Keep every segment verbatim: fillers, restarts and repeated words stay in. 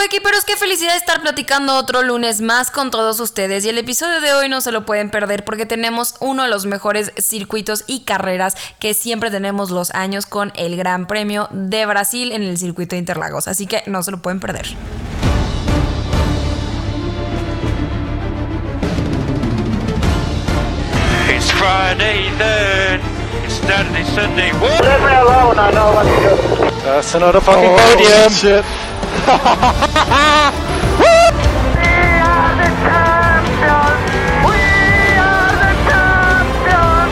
Coequiperos, qué felicidad estar platicando otro lunes más con todos ustedes. Y el episodio de hoy no se lo pueden perder porque tenemos uno de los mejores circuitos y carreras que siempre tenemos los años con el Gran Premio de Brasil en el circuito de Interlagos. Así que no se lo pueden perder. It's Friday then. It's Saturday, Sunday. What? Leave me alone, I know what to do. That's another fucking Oh, podium. shit. We are the champions. We are the champions.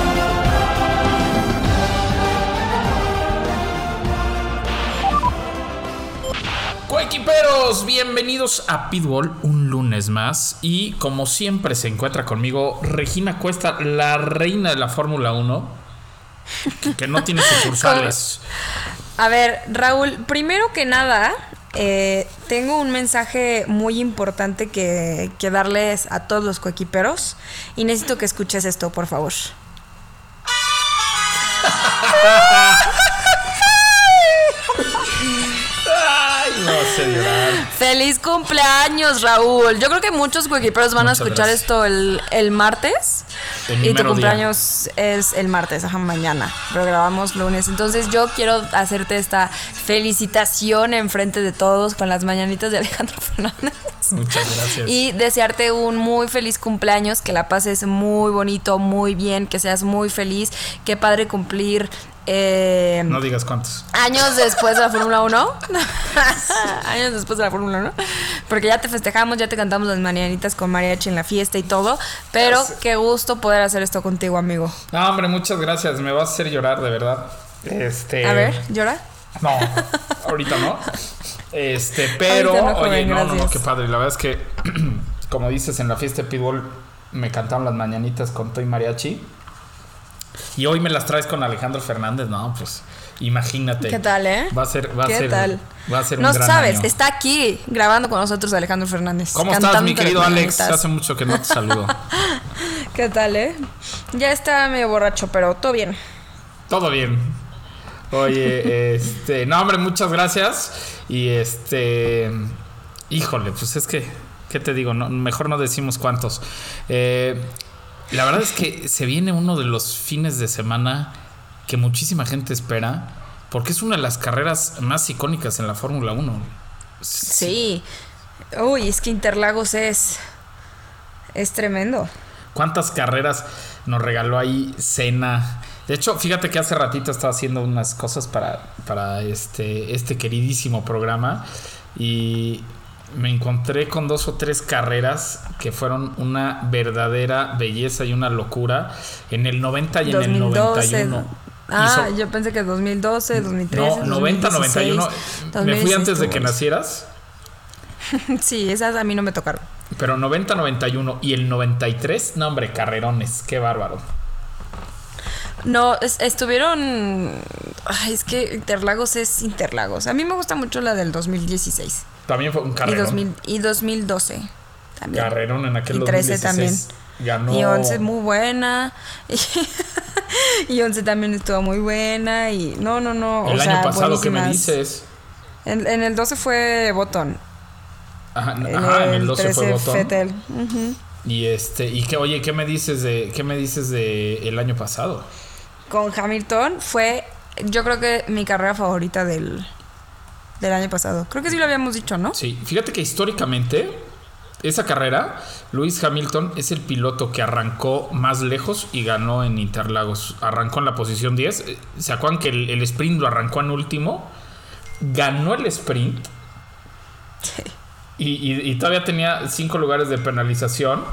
Coequiperos, bienvenidos a Pitbull un lunes más. Y como siempre se encuentra conmigo Regina Cuesta, la reina de la Fórmula uno, que no tiene sucursales. A ver, Raúl, primero que nada, eh, tengo un mensaje muy importante que, que darles a todos los coequiperos y necesito que escuches esto, por favor. Ay, no sé llorar. ¡Feliz cumpleaños, Raúl! Yo creo que muchos coequiperos van Muchas a escuchar gracias. esto el, el martes. El Y tu mero cumpleaños es el martes, ajá, mañana. Pero grabamos lunes. Entonces yo quiero hacerte esta felicitación en frente de todos con las mañanitas de Alejandro Fernández. Muchas gracias. Y desearte un muy feliz cumpleaños, que la pases muy bonito, muy bien, que seas muy feliz. Qué padre cumplir eh, No digas cuántos. años después de la Fórmula uno. Años después de la Fórmula uno. Porque ya te festejamos, ya te cantamos las mañanitas con mariachi en la fiesta y todo. Pero Ya sé. qué gusto poder hacer esto contigo, amigo. No, hombre, muchas gracias. Me vas a hacer llorar, de verdad. Este. A ver, llora. No, ahorita no. Este, pero, Ahorita no, joven, oye, no, no, no, gracias. qué padre. La verdad es que, como dices, en la fiesta de Pitbull me cantaron las mañanitas con Toy Mariachi. Y hoy me las traes con Alejandro Fernández, no, pues imagínate. ¿Qué tal, eh? Va a ser, va a ¿Qué ser, tal? va a ser un No gran sabes, año. está aquí grabando con nosotros Alejandro Fernández. ¿Cómo estás, mi cantándote querido las Alex? mañanitas. Hace mucho que no te saludo. ¿Qué tal, eh? Ya está medio borracho, pero todo bien. Todo bien. Oye, este, no, hombre, muchas gracias. Y este, híjole, pues es que, ¿qué te digo? No, mejor no decimos cuántos. Eh, la verdad es que se viene uno de los fines de semana que muchísima gente espera, porque es una de las carreras más icónicas en la Fórmula uno. Sí. Uy, es que Interlagos es es tremendo. ¿Cuántas carreras nos regaló ahí Senna? De hecho, fíjate que hace ratito estaba haciendo unas cosas para, para este, este queridísimo programa y me encontré con dos o tres carreras que fueron una verdadera belleza y una locura en el noventa y en el noventa y uno. Ah, Hizo- yo pensé que dos mil doce, dos mil trece, No, noventa, noventa y uno. Me fui antes de que nacieras. nacieras. Sí, esas a mí no me tocaron. Pero noventa, noventa y uno y el noventa y tres, no, hombre, carrerones, qué bárbaro. No, es- estuvieron... Ay, es que Interlagos es Interlagos. A mí me gusta mucho la del dos mil dieciséis. También fue un Y, carrerón. dos mil, y dos mil doce también. Carrerón en aquel Y trece dos mil dieciséis. Ganó. Y once muy buena. Y, y once también estuvo muy buena. Y no, no, no. El o año sea, pasado, ¿qué me buenísimas. dices? En, en el doce fue Button. Ajá, En, ajá, en el el doce trece fue Botón. Vettel. Ujú. Y este, y que, oye, ¿qué me dices de qué me dices de el año pasado? Con Hamilton fue, yo creo que mi carrera favorita del, del año pasado. Creo que sí lo habíamos dicho, ¿no? Sí, fíjate que históricamente esa carrera, Lewis Hamilton es el piloto que arrancó más lejos y ganó en Interlagos. Arrancó en la posición diez. ¿Se acuerdan que el, el sprint lo arrancó en último? Ganó el sprint. Sí. Y, y, y todavía tenía cinco lugares de penalización.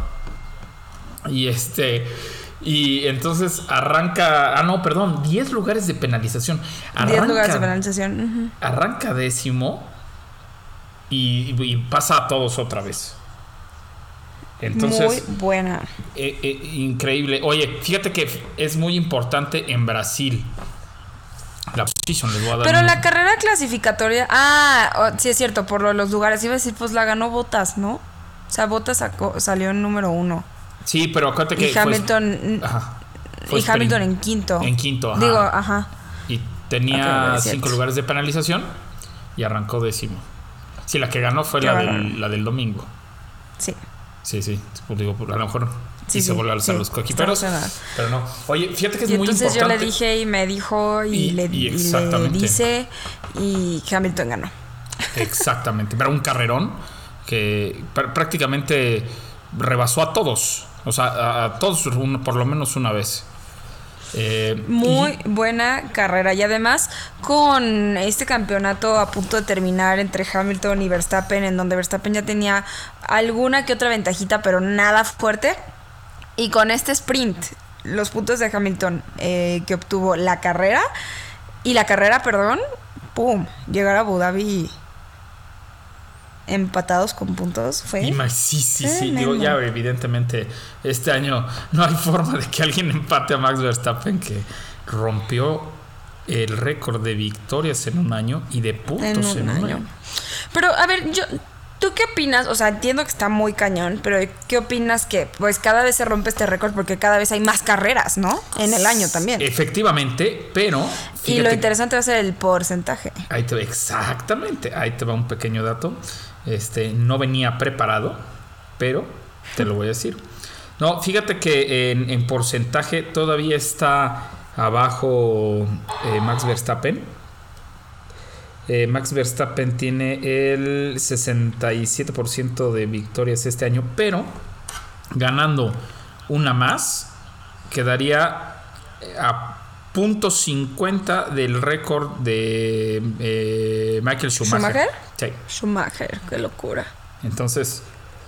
Y este. Y entonces arranca. Ah, no, perdón, diez lugares de penalización. Arranca, diez lugares de penalización. Ujú. Arranca décimo. Y, y pasa a todos otra vez. Entonces, muy buena. eh, eh, increíble. Oye, fíjate que es muy importante en Brasil. La position les voy a dar. Pero un- la carrera clasificatoria. Ah, oh, sí es cierto, por lo- los lugares. Iba a decir, pues la ganó Bottas, ¿no? O sea, Bottas sacó, salió en número uno. Sí, pero acuérdate que. Y fue- Hamilton. Ajá. Fue Y Hamilton sprint. en quinto. En quinto, ajá. Digo, ajá. Y Ok, tenía bueno, es cinco cierto. lugares de penalización y arrancó décimo. Sí, la que ganó fue Qué la bárbaro. del, la del domingo. Sí. Sí, sí. Pues digo, a lo mejor Sí, hizo sí, volar sí. a los coquiperos. Está emocionada. Pero no. Oye, fíjate que es Y muy entonces yo importante. le dije y me dijo y, Y- le, y y le exactamente. dice y Hamilton ganó. Exactamente. Pero un carrerón que pr- prácticamente rebasó a todos. O sea, a, a todos uno- por lo menos una vez. Eh, Muy y- buena carrera y además con este campeonato a punto de terminar entre Hamilton y Verstappen, en donde Verstappen ya tenía alguna que otra ventajita, pero nada fuerte. Y con este sprint, los puntos de Hamilton eh, que obtuvo la carrera y la carrera, perdón, pum, llegar a Abu Dhabi empatados con puntos fue Y más, sí, sí, sí. tremendo. Digo, ya evidentemente este año no hay forma de que alguien empate a Max Verstappen, que rompió el récord de victorias en un año y de puntos en un, año. Pero, a ver, yo, ¿tú qué opinas? O sea, entiendo que está muy cañón, pero ¿qué opinas que pues cada vez se rompe este récord porque cada vez hay más carreras, ¿no? En el año también. Efectivamente, pero Y lo fíjate, interesante va a ser el porcentaje. ahí te, exactamente, ahí te va un pequeño dato. Este, no venía preparado, pero te lo voy a decir. No, fíjate que en, en porcentaje todavía está abajo eh, Max Verstappen. Eh, Max Verstappen tiene el sesenta y siete por ciento de victorias este año, pero ganando una más quedaría a punto cincuenta del récord de eh, Michael Schumacher. ¿Schumacher? Sí. Schumacher, qué locura. Entonces,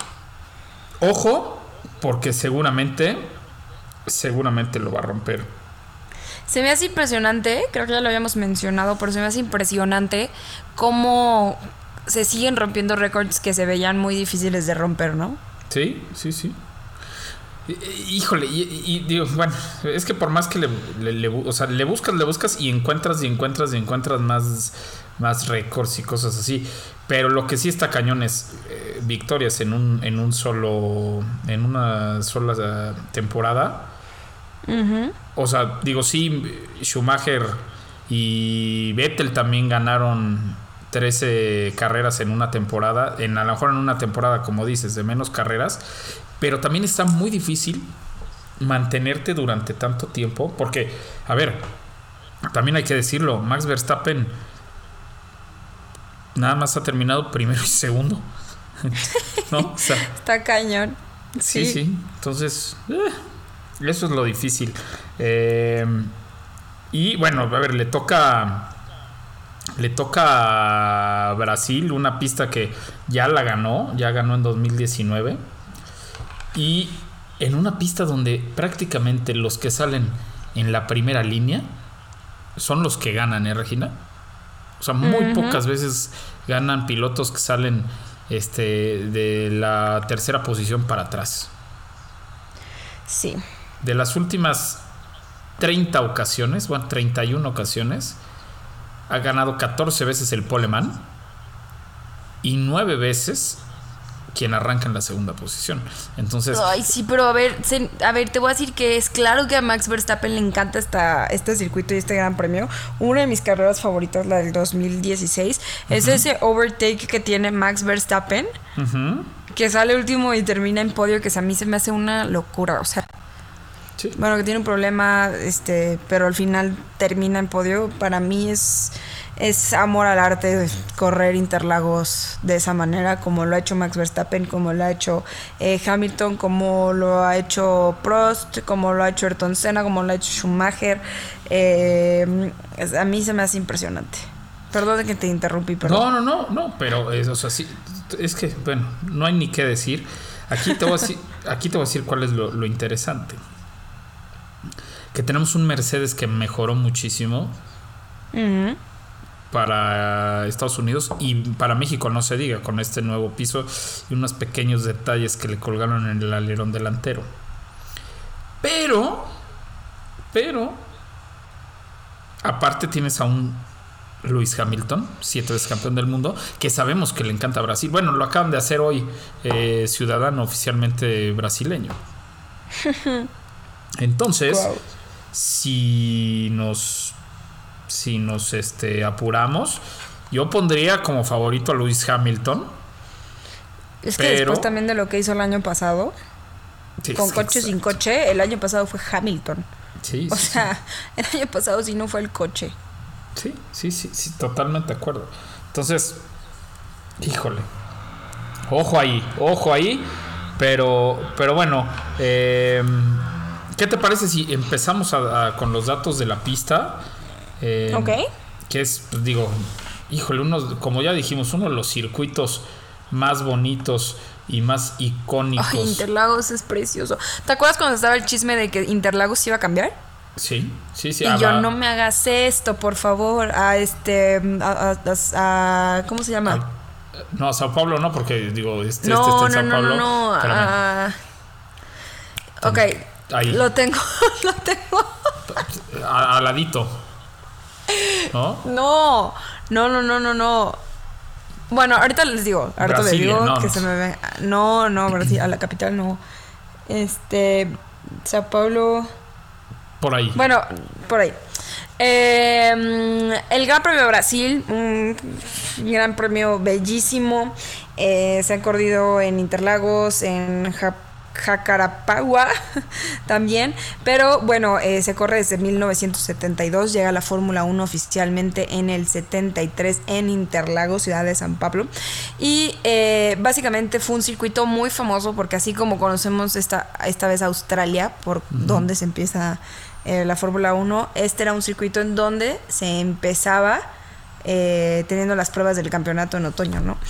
ojo, porque seguramente, seguramente lo va a romper. Se me hace impresionante, creo que ya lo habíamos mencionado, pero se me hace impresionante cómo se siguen rompiendo récords que se veían muy difíciles de romper, ¿no? Sí, sí, sí. Híjole, y, y digo, bueno, es que por más que le, le, le, o sea, le buscas, le buscas y encuentras y encuentras y encuentras más, más récords y cosas así. Pero lo que sí está cañón es eh, victorias en un, en un solo, en una sola uh, temporada. Uh-huh. O sea, digo, sí, Schumacher y Vettel también ganaron trece carreras en una temporada, en a lo mejor en una temporada, como dices, de menos carreras, pero también está muy difícil mantenerte durante tanto tiempo, porque, a ver, también hay que decirlo, Max Verstappen nada más ha terminado primero y segundo, ¿no? O sea, Está cañón. sí, sí, sí. Entonces, eh, eso es lo difícil. Eh, y bueno, a ver, le toca... Le toca a Brasil, una pista que ya la ganó, ya ganó en dos mil diecinueve. Y en una pista donde prácticamente los que salen en la primera línea son los que ganan, ¿eh, Regina? O sea, muy uh-huh. pocas veces ganan pilotos que salen este, de la tercera posición para atrás. Sí. De las últimas treinta ocasiones, bueno, treinta y una ocasiones, ha ganado catorce veces el poleman y nueve veces quien arranca en la segunda posición. Entonces, ay, sí, pero a ver, se, a ver, te voy a decir que es claro que a Max Verstappen le encanta esta, este circuito y este gran premio. Una de mis carreras favoritas, la del dos mil dieciséis, uh-huh. es ese overtake que tiene Max Verstappen, uh-huh. que sale último y termina en podio, que a mí se me hace una locura, o sea, sí. Bueno, que tiene un problema, este, pero al final termina en podio. Para mí es, es amor al arte de correr Interlagos de esa manera, como lo ha hecho Max Verstappen, como lo ha hecho eh, Hamilton, como lo ha hecho Prost, como lo ha hecho Ayrton Senna, como lo ha hecho Schumacher. Eh, es, a mí se me hace impresionante. Perdón que te interrumpí, pero... No, no, no, no, pero es, o sea, sí, es que, bueno, no hay ni qué decir. Aquí te voy a decir, aquí te voy a decir cuál es lo, lo interesante. Que tenemos un Mercedes que mejoró muchísimo uh-huh. para Estados Unidos y para México no se diga, con este nuevo piso y unos pequeños detalles que le colgaron en el alerón delantero. Pero, pero, aparte tienes a un Lewis Hamilton, siete veces campeón del mundo, que sabemos que le encanta Brasil. Bueno, lo acaban de hacer hoy, eh, ciudadano oficialmente brasileño. Entonces, wow. si nos si nos este, apuramos, Yo pondría como favorito a Lewis Hamilton. Es que pero... después también de lo que hizo el año pasado, Sí, con sí, coche exacto. sin coche, el año pasado fue Hamilton. Sí, O sí, sea, el año pasado sí no fue el coche. sí, sí, sí, sí, totalmente de acuerdo. Entonces, híjole, ojo ahí, ojo ahí, pero, pero bueno, eh, ¿qué te parece si empezamos a, a, con los datos de la pista? Eh, Ok. Que es, pues, digo, híjole, uno, como ya dijimos, uno de los circuitos más bonitos y más icónicos. Ay, Interlagos es precioso. ¿Te acuerdas cuando estaba el chisme de que Interlagos iba a cambiar? Sí, sí, sí. Y ah, yo, va. no me hagas esto, por favor. A este. A, a- a- ¿Cómo se llama? Ay, no, a Sao Paulo no, porque digo, este, no, este está en no, Sao no, Paulo. no, no. Espérame. ah, ok. Ahí. Lo tengo, lo tengo. A- al ladito. ¿No? No, no, no, no, no, no. Bueno, ahorita les digo, ahorita les Brasilia, digo no, que no. se me ve. No, no, Brasil, a la capital no. Este, Sao Paulo. Por ahí. Bueno, por ahí. Eh, el Gran Premio de Brasil, un gran premio bellísimo. Eh, se han corrido en Interlagos, en Ja- Jacarapagua también. Pero bueno, eh, se corre desde mil novecientos setenta y dos. Llega la Fórmula uno oficialmente en el setenta y tres en Interlagos, ciudad de San Pablo. Y eh, básicamente fue un circuito muy famoso porque así como conocemos esta, esta vez Australia, por uh-huh. donde se empieza eh, la Fórmula uno, este era un circuito en donde se empezaba eh, teniendo las pruebas del campeonato en otoño, ¿no?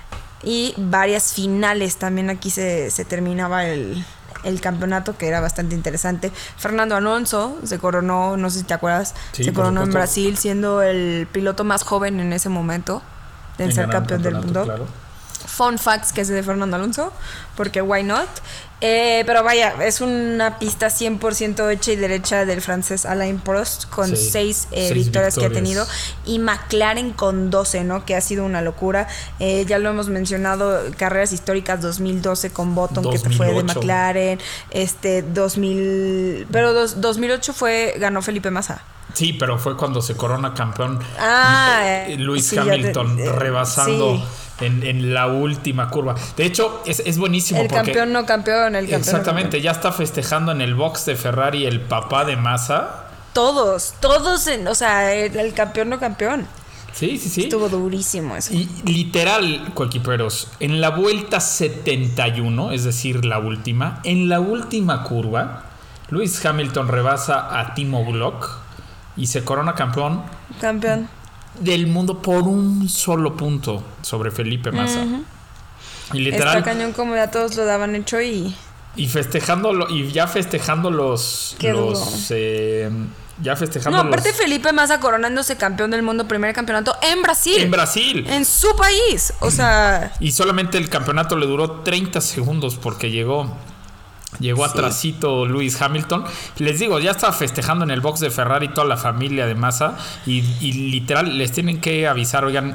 Y varias finales también aquí se, se terminaba el, el campeonato, que era bastante interesante. Fernando Alonso se coronó, no sé si te acuerdas, sí, se coronó en Brasil siendo el piloto más joven en ese momento de en ser campeón del mundo. Claro. Fun facts que es de Fernando Alonso, porque why not. Eh, pero vaya, es una pista cien por ciento hecha y derecha del francés Alain Prost, con sí, seis, eh, seis victorias, victorias que ha tenido, y McLaren con doce, ¿no? Que ha sido una locura. Eh, ya lo hemos mencionado, carreras históricas, dos mil doce con Button, dos mil ocho. Que fue de McLaren, este dos mil, pero dos, dos mil ocho fue, ganó Felipe Massa. Sí, pero fue cuando se corona campeón ah, eh, Lewis sí, Hamilton te, eh, rebasando sí. en, en la última curva. De hecho, es, es buenísimo. El porque, campeón no campeón, el campeón. Exactamente, no campeón. Ya está festejando en el box de Ferrari el papá de Massa. Todos, todos, en, o sea, el, el campeón no campeón. Sí, sí, sí. Estuvo durísimo eso. Y literal, coequiperos, en la vuelta setenta y uno, es decir, la última, en la última curva, Lewis Hamilton rebasa a Timo Glock y se corona campeón. Campeón. Del mundo por un solo punto sobre Felipe Massa. Uh-huh. Y literal. Está cañón como ya todos lo daban hecho y. Y festejándolo, y ya festejando los. Qué los eh, ya festejando No, aparte los, Felipe Massa coronándose campeón del mundo, primer campeonato en Brasil. En Brasil. En su país. O sea. Y solamente el campeonato le duró treinta segundos porque llegó. Llegó sí. atrasito Lewis Hamilton. Les digo, ya estaba festejando en el box de Ferrari toda la familia de Massa. Y, y literal les tienen que avisar, oigan,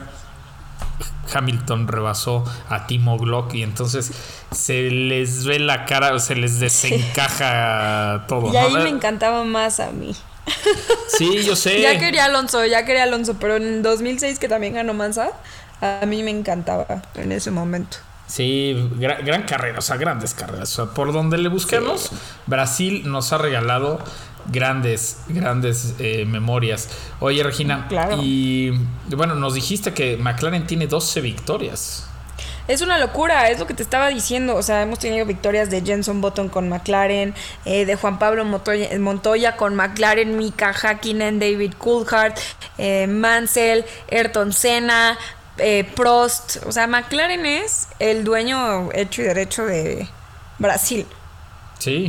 Hamilton rebasó a Timo Glock. Y entonces se les ve la cara, se les desencaja todo. Y ahí ¿no? me encantaba más a mí. Sí, yo sé. Ya quería Alonso, ya quería Alonso. Pero en dos mil seis, que también ganó Massa, a mí me encantaba en ese momento. Sí, gran, gran carrera, o sea, grandes carreras. O sea, por donde le busquemos, sí. Brasil nos ha regalado grandes, grandes eh, memorias. Oye, Regina, claro. Y bueno, nos dijiste que McLaren tiene doce victorias. Es una locura, es lo que te estaba diciendo. O sea, hemos tenido victorias de Jenson Button con McLaren, eh, de Juan Pablo Montoya, Montoya con McLaren, Mika Häkkinen, David Coulthard, eh, Mansell, Ayrton Senna, Eh, Prost. O sea, McLaren es el dueño hecho y derecho de Brasil. Sí.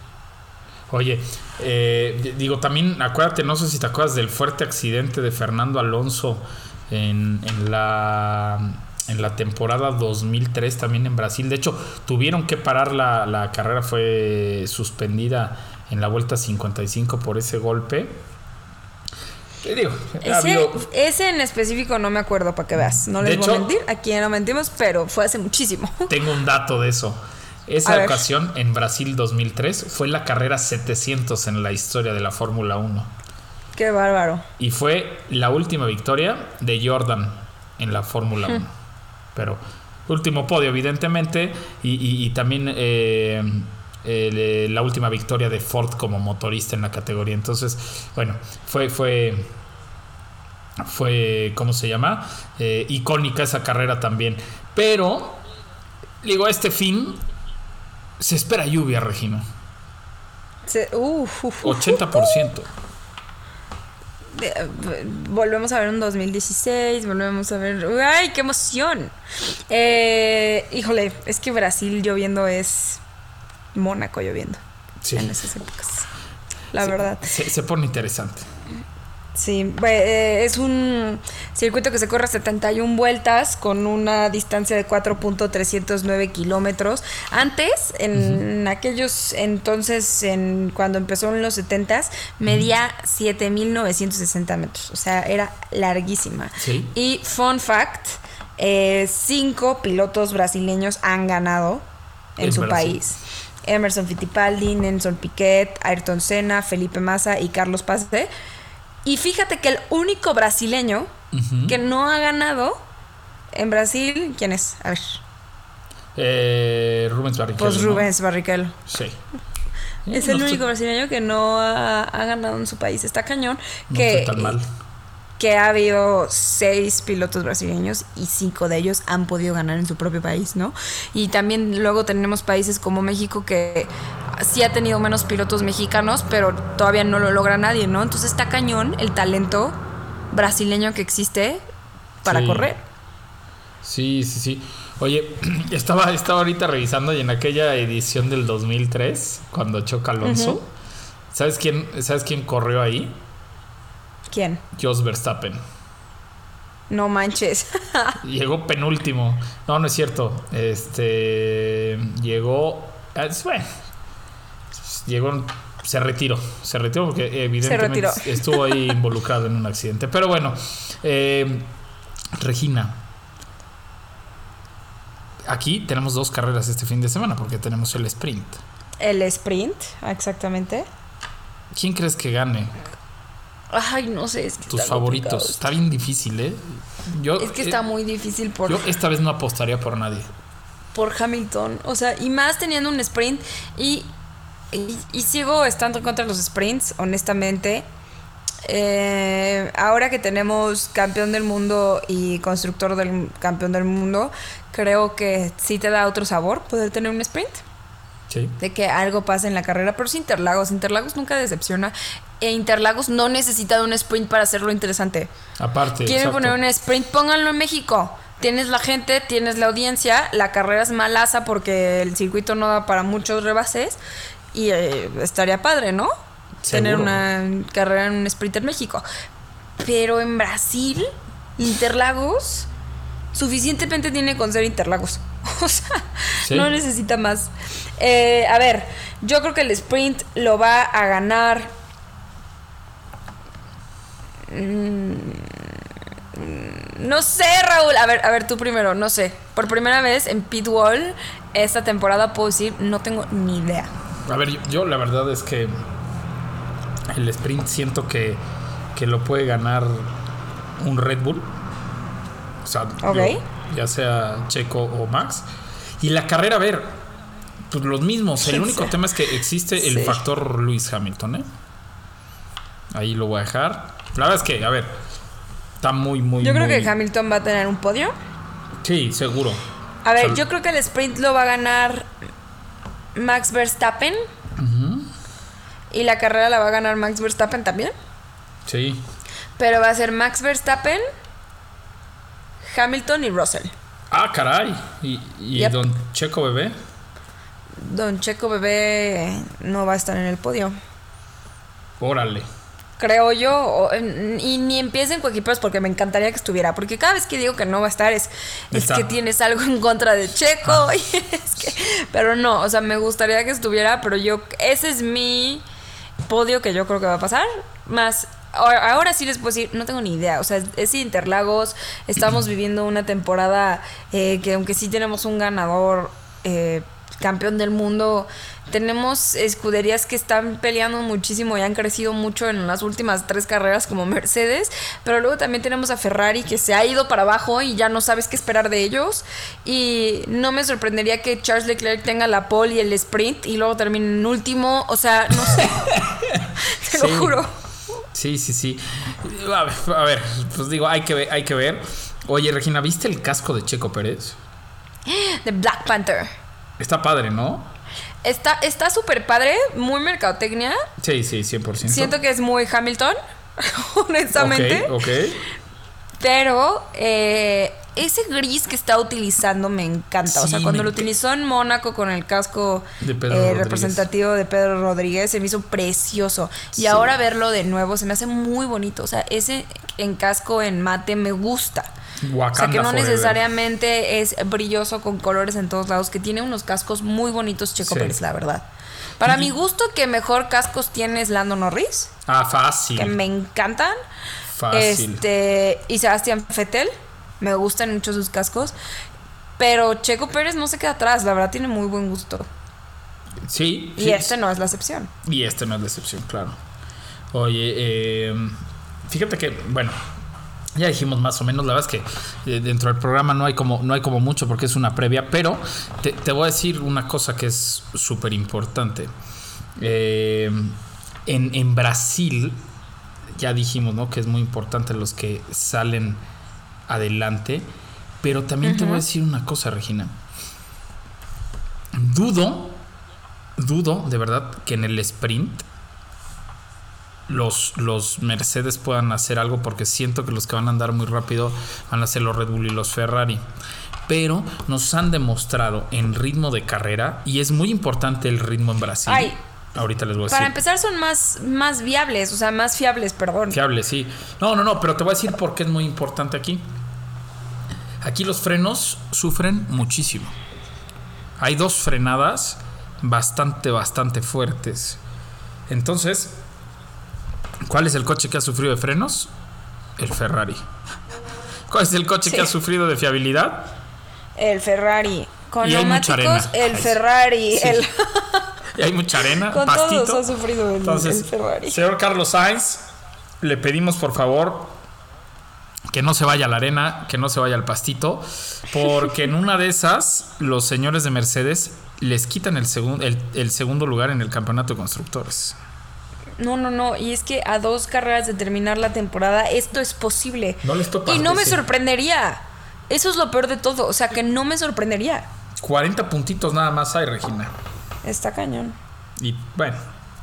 Oye, eh, digo, también acuérdate, no sé si te acuerdas del fuerte accidente de Fernando Alonso en, en la en la temporada dos mil tres también en Brasil. De hecho, tuvieron que parar la, la carrera, fue suspendida en la vuelta cincuenta y cinco por ese golpe. Digo, ese, habido... ese en específico no me acuerdo, para que veas. No les de voy hecho, a mentir, aquí no mentimos, pero fue hace muchísimo. Tengo un dato de eso. Esa ocasión en Brasil dos mil tres fue la carrera setecientos en la historia de la Fórmula uno. Qué bárbaro. Y fue la última victoria de Jordan en la Fórmula uno. Pero último podio, evidentemente, y, y, y también eh, eh, la última victoria de Ford como motorista en la categoría. Entonces, bueno, fue... fue Fue, ¿cómo se llama? Eh, icónica esa carrera también. Pero, digo, este fin se espera lluvia, Regina. Se, uf, uf, ochenta por ciento. De, volvemos a ver un dos mil dieciséis, volvemos a ver... ¡Ay, qué emoción! Eh, híjole, es que Brasil lloviendo es Mónaco lloviendo. Sí. En esas épocas. La sí, verdad. Se, se pone interesante. Sí, eh, es un circuito que se corre setenta y una vueltas con una distancia de cuatro punto trescientos nueve kilómetros. Antes, en uh-huh. aquellos entonces, en cuando empezó en los setentas, medía uh-huh. siete mil novecientos sesenta metros. O sea, era larguísima. ¿Sí? Y fun fact, eh, cinco pilotos brasileños han ganado en, en su Brasil. país. Emerson Fittipaldi, Nelson Piquet, Ayrton Senna, Felipe Massa y Carlos Pace. Y fíjate que el único brasileño uh-huh. que no ha ganado en Brasil, ¿quién es? A ver. Eh, Rubens Barrichello. Pues Rubens ¿no? Barrichello. Sí. Es no el único estoy... brasileño que no ha, ha ganado en su país. Está cañón. No que, estoy tan mal. Que ha habido seis pilotos brasileños y cinco de ellos han podido ganar en su propio país, ¿no? Y también luego tenemos países como México que sí ha tenido menos pilotos mexicanos, pero todavía no lo logra nadie, ¿no? Entonces está cañón el talento brasileño que existe para sí. correr. Sí, sí, sí. Oye, estaba, estaba ahorita revisando y en aquella edición del dos mil tres, cuando choca Alonso, uh-huh. ¿sabes quién, ¿sabes quién corrió ahí? ¿Quién? Jos Verstappen. No manches. Llegó penúltimo. No, no es cierto. Este. Llegó. Bueno. Llegó. Se retiró. Se retiró porque evidentemente estuvo ahí involucrado en un accidente. Pero bueno. Eh, Regina. Aquí tenemos dos carreras este fin de semana porque tenemos el sprint. El sprint, exactamente. ¿Quién crees que gane? Ay, no sé, es que tus favoritos. Está bien difícil, ¿eh? Yo, es que está eh, muy difícil por... Yo esta vez no apostaría por nadie. Por Hamilton. O sea, y más teniendo un sprint. Y, y, y sigo estando contra los sprints, honestamente. Eh, ahora que tenemos campeón del mundo y constructor del campeón del mundo, creo que sí te da otro sabor poder tener un sprint. Sí. De que algo pasa en la carrera, pero es Interlagos. Interlagos nunca decepciona. E Interlagos no necesita de un sprint para hacerlo interesante. Aparte, quieren exacto. poner un sprint, pónganlo en México. Tienes la gente, tienes la audiencia. La carrera es malaza porque el circuito no da para muchos rebases. Y eh, estaría padre, ¿no? ¿Seguro? Tener una carrera en un sprint en México. Pero en Brasil, Interlagos suficientemente tiene con ser Interlagos. O sea, ¿sí? No necesita más. Eh, a ver, yo creo que el sprint lo va a ganar. Mm, no sé, Raúl. A ver, a ver, tú primero, no sé. Por primera vez en Pitwall esta temporada puedo decir, no tengo ni idea. A ver, yo, yo la verdad es que el sprint siento que, que lo puede ganar un Red Bull. O sea, okay. yo, ya sea Checo o Max. Y la carrera, a ver, pues los mismos. El único tema es que existe el sí. factor Lewis Hamilton, ¿eh? Ahí lo voy a dejar. La verdad es que, a ver, está muy, muy, Yo creo muy... que Hamilton va a tener un podio. Sí, seguro. A ver, o sea, yo creo que el sprint lo va a ganar Max Verstappen. Uh-huh. Y la carrera la va a ganar Max Verstappen también. Sí. Pero va a ser Max Verstappen, Hamilton y Russell. Ah, caray. ¿Y, y yep. Don Checo Bebé? Don Checo Bebé no va a estar en el podio. Órale. Creo yo. O, y ni empiecen con equipos porque me encantaría que estuviera. Porque cada vez que digo que no va a estar es, es que tienes algo en contra de Checo. Ah. Y es que, pero no, o sea, me gustaría que estuviera. Pero yo, ese es mi podio que yo creo que va a pasar. Más... Ahora sí les puedo decir, no tengo ni idea. O sea, es Interlagos. Estamos viviendo una temporada eh, que aunque sí tenemos un ganador, eh, campeón del mundo. Tenemos escuderías que están peleando muchísimo y han crecido mucho en las últimas tres carreras como Mercedes, pero luego también tenemos a Ferrari que se ha ido para abajo y ya no sabes qué esperar de ellos, y no me sorprendería que Charles Leclerc tenga la pole y el sprint y luego termine en último, o sea, no sé. Te Sí. lo juro. Sí, sí, sí. A ver, a ver, pues digo, hay que ver, hay que ver. Oye, Regina, ¿viste el casco de Checo Pérez? De Black Panther. Está padre, ¿no? Está está súper padre, muy mercadotecnia. Sí, sí, cien por ciento. Siento que es muy Hamilton, honestamente. Ok, ok. Pero eh, ese gris que está utilizando me encanta. O sea, Sí, cuando me lo enc- utilizó en Mónaco con el casco De Pedro eh, Rodríguez. representativo de Pedro Rodríguez, se me hizo precioso. Y Sí. ahora verlo de nuevo se me hace muy bonito. O sea, ese en casco en mate me gusta. Wakanda O sea, que no forever. necesariamente es brilloso con colores en todos lados, que tiene unos cascos muy bonitos Checo Sí. Pérez, la verdad. Para Y- mi gusto, que mejor cascos tiene es Lando Norris, Ah, fácil. que me encantan. Fácil. Este, y Sebastián Vettel, me gustan mucho sus cascos. Pero Checo Pérez no se queda atrás, la verdad tiene muy buen gusto. Sí. Y sí, este no es la excepción. Y este no es la excepción, claro. Oye, eh, fíjate que, bueno, ya dijimos más o menos, la verdad es que eh, dentro del programa no hay como, no hay como mucho porque es una previa, pero te, te voy a decir una cosa que es súper importante. Eh, en, en Brasil, ya dijimos, ¿no?, que es muy importante los que salen adelante, pero también uh-huh. te voy a decir una cosa, Regina. Dudo, dudo de verdad que en el sprint Los, los Mercedes puedan hacer algo, porque siento que los que van a andar muy rápido van a ser los Red Bull y los Ferrari. Pero nos han demostrado en ritmo de carrera, y es muy importante el ritmo en Brasil. Ay, ahorita les voy a para decir. empezar son más, más viables, o sea, más fiables, perdón. Fiables, sí. No, no, no, pero te voy a decir por qué es muy importante aquí. Aquí los frenos sufren muchísimo. Hay dos frenadas bastante, bastante fuertes. Entonces, ¿cuál es el coche que ha sufrido de frenos? El Ferrari. ¿Cuál es el coche Sí. que ha sufrido de fiabilidad? El Ferrari. Con Y hay mucha neumáticos, arena. el Ferrari. Sí. El... Y hay mucha arena, Con pastito. todos ha sufrido el, Entonces, el Ferrari. señor Carlos Sainz, le pedimos por favor que no se vaya a la arena, que no se vaya al pastito, porque en una de esas los señores de Mercedes les quitan el, segun, el, el segundo lugar en el campeonato de constructores. No, no, no. Y es que a dos carreras de terminar la temporada, esto es posible. No les toca. Y no me sí. sorprendería. Eso es lo peor de todo. O sea, que no me sorprendería. cuarenta puntitos nada más hay, Regina. Está cañón. Y bueno,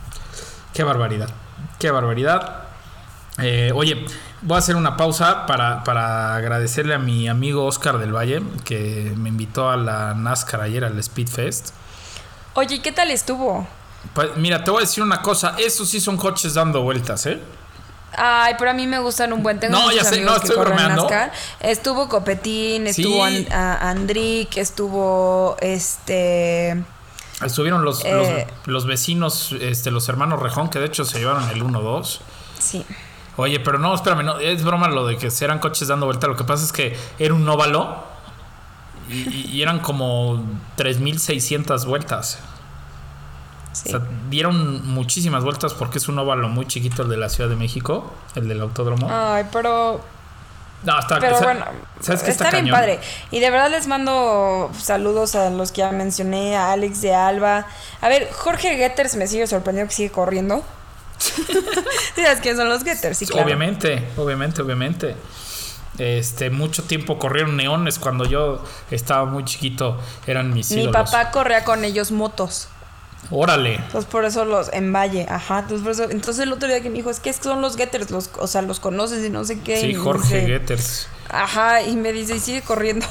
qué barbaridad. Qué barbaridad. Eh, oye, voy a hacer una pausa para, para agradecerle a mi amigo Oscar del Valle, que me invitó a la NASCAR ayer, al Speedfest. Oye, ¿y qué tal estuvo? Pues mira, te voy a decir una cosa. Esos sí son coches dando vueltas, ¿eh? Ay, pero a mí me gustan un buen. Tengo No, muchos ya sé, amigos no, que estoy corren bromeando. NASCAR. Estuvo Copetín, Sí. estuvo And- a- Andrick, estuvo este. Estuvieron los, Eh. los, los vecinos, este, los hermanos Rejón, que de hecho se llevaron el uno dos. Sí. Oye, pero no, espérame, no, es broma lo de que eran coches dando vuelta. Lo que pasa es que era un óvalo y, y eran como tres mil seiscientas vueltas. Sí. O sea, dieron muchísimas vueltas porque es un óvalo muy chiquito el de la Ciudad de México, el del autódromo. Ay, pero. No, está, Pero o sea, bueno, ¿sabes qué está, está bien cañón? padre. Y de verdad les mando saludos a los que ya mencioné, a Alex de Alba. A ver, Jorge Getters me sigue sorprendiendo que sigue corriendo. ¿Sabes quiénes son los Getters? Sí, claro. Obviamente, obviamente, obviamente. Este, mucho tiempo corrieron neones cuando yo estaba muy chiquito, eran mis Mi ídolos. papá corría con ellos motos. Órale. Entonces por eso los en Valle, ajá. Entonces, por eso, entonces el otro día que me dijo, es que son los Getters, los, o sea, los conoces y no sé qué. Sí, y Jorge dice, Getters. Ajá, y me dice, y sigue corriendo.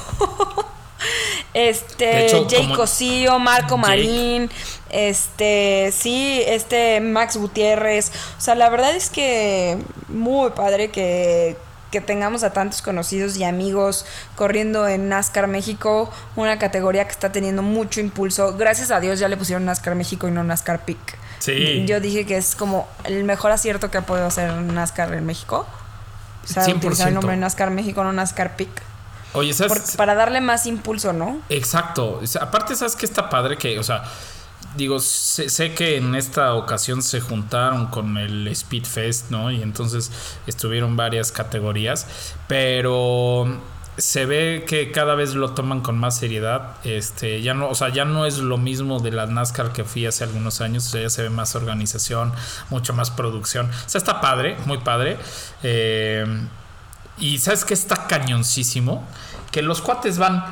De Este, hecho, Jay como- Cosío, Marco Jake. Marín, este, sí, este, Max Gutiérrez. O sea, la verdad es que muy padre que, que tengamos a tantos conocidos y amigos corriendo en NASCAR México, una categoría que está teniendo mucho impulso. Gracias a Dios ya le pusieron NASCAR México y no NASCAR Peak. Sí. Yo dije que es como el mejor acierto que ha podido hacer NASCAR en México. O sea, cien por utilizar el ciento. nombre NASCAR México, no NASCAR Peak. Oye, ¿sabes? Por- para darle más impulso, ¿no? Exacto. O sea, aparte, ¿sabes qué está padre? Que, o sea, digo, sé, sé que en esta ocasión se juntaron con el Speed Fest, ¿no? Y entonces estuvieron varias categorías, pero se ve que cada vez lo toman con más seriedad. Este, ya no, o sea, ya no es lo mismo de la NASCAR que fui hace algunos años. O sea, ya se ve más organización, mucho más producción. O sea, está padre, muy padre. Eh, y ¿sabes qué está cañoncísimo? Que los cuates van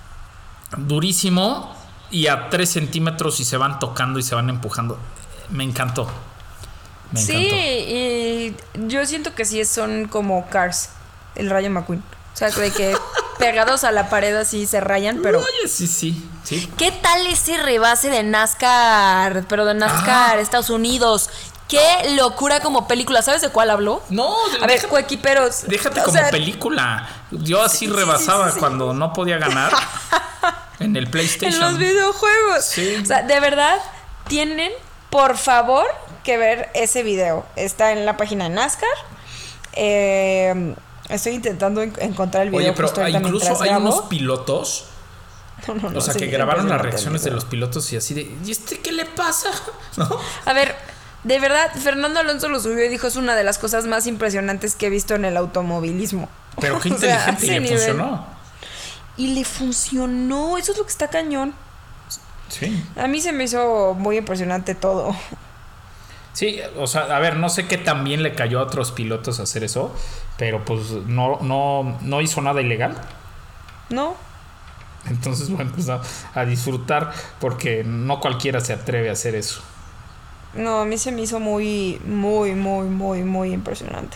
durísimo y a tres centímetros y se van tocando y se van empujando. Me encantó. Me Sí, encantó. y yo siento que sí son como Cars, el Rayo McQueen. O sea, de que pegados a la pared así se rayan, pero... Oye, sí, sí, sí. ¿Qué tal ese rebase de NASCAR? Pero de NASCAR, Ah. Estados Unidos. ¡Qué locura como película! ¿Sabes de cuál habló? No, A ver, déjate, coequiperos. déjate o como sea, película. Yo así Sí, sí, rebasaba sí, sí. cuando no podía ganar en el En PlayStation. los videojuegos. Sí. O sea, de verdad, tienen, por favor, que ver ese video. Está en la página de NASCAR. Eh, estoy intentando en- encontrar el video. Oye, pero justo ahorita incluso mientras hay grabo. unos pilotos, No, no, no, o sea, sí, que grabaron las impresionante reacciones el de video. los pilotos y así de, ¿y este qué le pasa? ¿No? A ver, de verdad, Fernando Alonso lo subió y dijo: es una de las cosas más impresionantes que he visto en el automovilismo. Pero qué O sea, inteligente, a y ese le nivel. funcionó. Y le funcionó, eso es lo que está cañón. Sí. A mí se me hizo muy impresionante todo. Sí, o sea, a ver, no sé qué tan bien le cayó a otros pilotos hacer eso, pero pues no, no, no hizo nada ilegal. ¿No? Entonces, bueno, pues a, a disfrutar, porque no cualquiera se atreve a hacer eso. No, a mí se me hizo muy, muy, muy, muy, muy impresionante.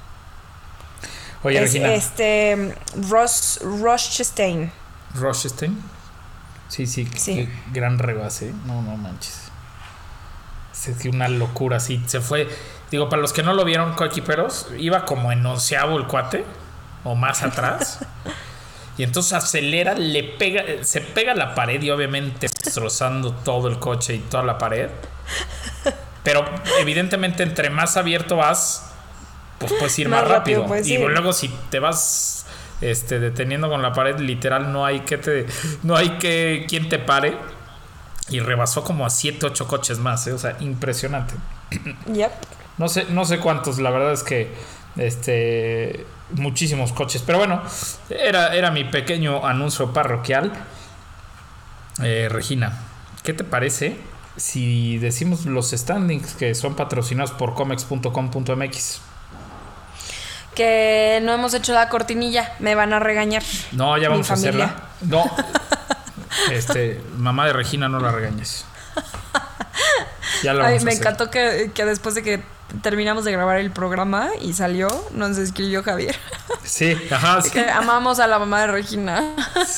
Oye, Es, Regina, este Ross Rothstein. Rothstein. Sí, sí, Sí. qué gran rebase. No, no manches. Es que una locura, sí. Se fue. Digo, para los que no lo vieron, coequiperos, iba como en onceavo el cuate, o más atrás. Y entonces acelera, le pega, se pega a la pared y obviamente destrozando todo el coche y toda la pared. Pero evidentemente entre más abierto vas, pues puedes ir más, Más rápido. rápido, pues, y sí. luego si te vas este, deteniendo con la pared, literal no hay que te, no hay que quien te pare. Y rebasó como a siete, ocho coches más, ¿eh? O sea, impresionante. Yep. No sé, no sé cuántos, la verdad es que este muchísimos coches. Pero bueno, era, era mi pequeño anuncio parroquial. Eh, Regina, ¿qué te parece si decimos los standings que son patrocinados por comex punto com punto m x? Que no hemos hecho la cortinilla, me van a regañar. No, ya Mi vamos a familia. hacerla. No, este, mamá de Regina, no la regañes. Ya la Ay, vamos a me hacer. encantó que, que después de que terminamos de grabar el programa y salió, nos escribió Javier. Sí, ajá, sí. Que amamos a la mamá de Regina.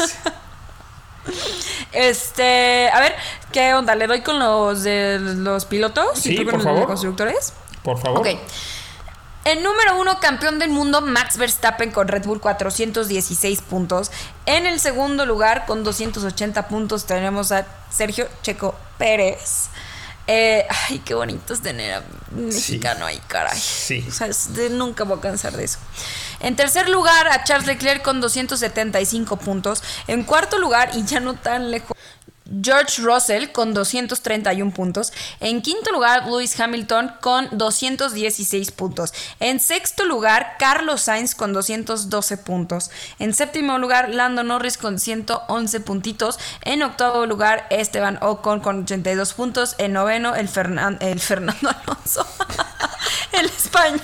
Este, a ver, ¿qué onda? ¿Le doy con los de los pilotos? Sí, ¿Y tú con por el de favor. constructores? Por favor. Ok. En número uno, campeón del mundo, Max Verstappen con Red Bull, cuatrocientos dieciséis puntos. En el segundo lugar, con doscientos ochenta puntos, tenemos a Sergio Checo Pérez. Eh, ay, qué bonito es tener a un mexicano ahí, caray. Sí. O sea, es de- nunca voy a cansar de eso. En tercer lugar, a Charles Leclerc con doscientos setenta y cinco puntos. En cuarto lugar, y ya no tan lejos, George Russell con doscientos treinta y uno puntos. En quinto lugar, Lewis Hamilton con doscientos dieciséis puntos. En sexto lugar, Carlos Sainz con doscientos doce puntos. En séptimo lugar, Lando Norris con ciento once puntitos. En octavo lugar, Esteban Ocon con ochenta y dos puntos. En noveno, el, Fernan- el Fernando Alonso. El español.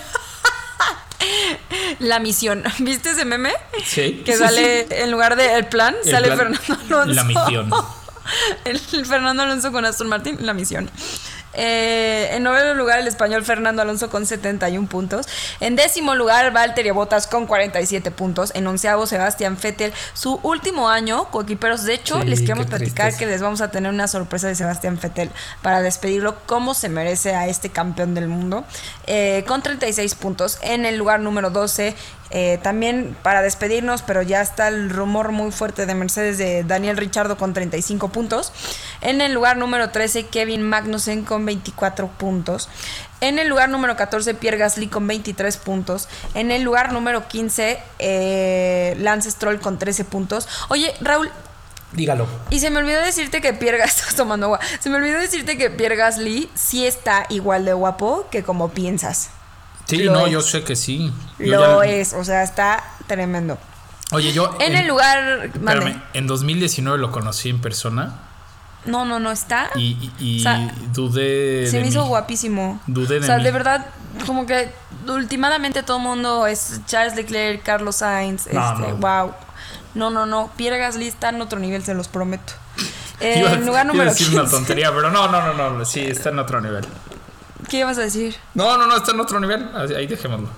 La misión. ¿Viste ese meme? Sí. Que Sí, sale, sí. en lugar de el plan, El sale plan- Fernando Alonso. La misión. El, el Fernando Alonso con Aston Martin, la misión. Eh, en noveno lugar, el español Fernando Alonso con setenta y uno puntos. En décimo lugar, Valtteri Bottas con cuarenta y siete puntos. En onceavo, Sebastián Vettel, su último año, coequiperos. De hecho, Sí, les queremos qué platicar tristeza. que les vamos a tener una sorpresa de Sebastián Vettel para despedirlo como se merece a este campeón del mundo. Eh, con treinta y seis puntos. En el lugar número doce, eh, también para despedirnos, pero ya está el rumor muy fuerte de Mercedes de Daniel Ricciardo con treinta y cinco puntos. En el lugar número trece, Kevin Magnussen con veinticuatro puntos. En el lugar número catorce, Pierre Gasly con veintitrés puntos. En el lugar número quince, eh, Lance Stroll con trece puntos. Oye, Raúl, dígalo. y se me olvidó decirte que Pierre Gasly, estás tomando agua. Se me olvidó decirte que Pierre Gasly sí está igual de guapo que como piensas. Sí, Lo no, es. yo sé que sí. Yo Lo ya- es, o sea, está tremendo. Oye, yo. En el lugar, mande. Espérame, en dos mil diecinueve lo conocí en persona No, no, no está. y, y, y O sea, dudé. Se de me hizo mí. guapísimo. Dudé de O sea, mí. de verdad, como que últimamente todo el mundo es Charles Leclerc, Carlos Sainz, No, este, no. wow. No, no, no. Pierre Gasly está en otro nivel, se los prometo. Eh, Iba a- en lugar iba a número decir una quince. tontería, pero no, no, no, no. Sí, está en otro nivel. ¿Qué ibas a decir? No, no, no, está en otro nivel. Ahí ahí dejémoslo.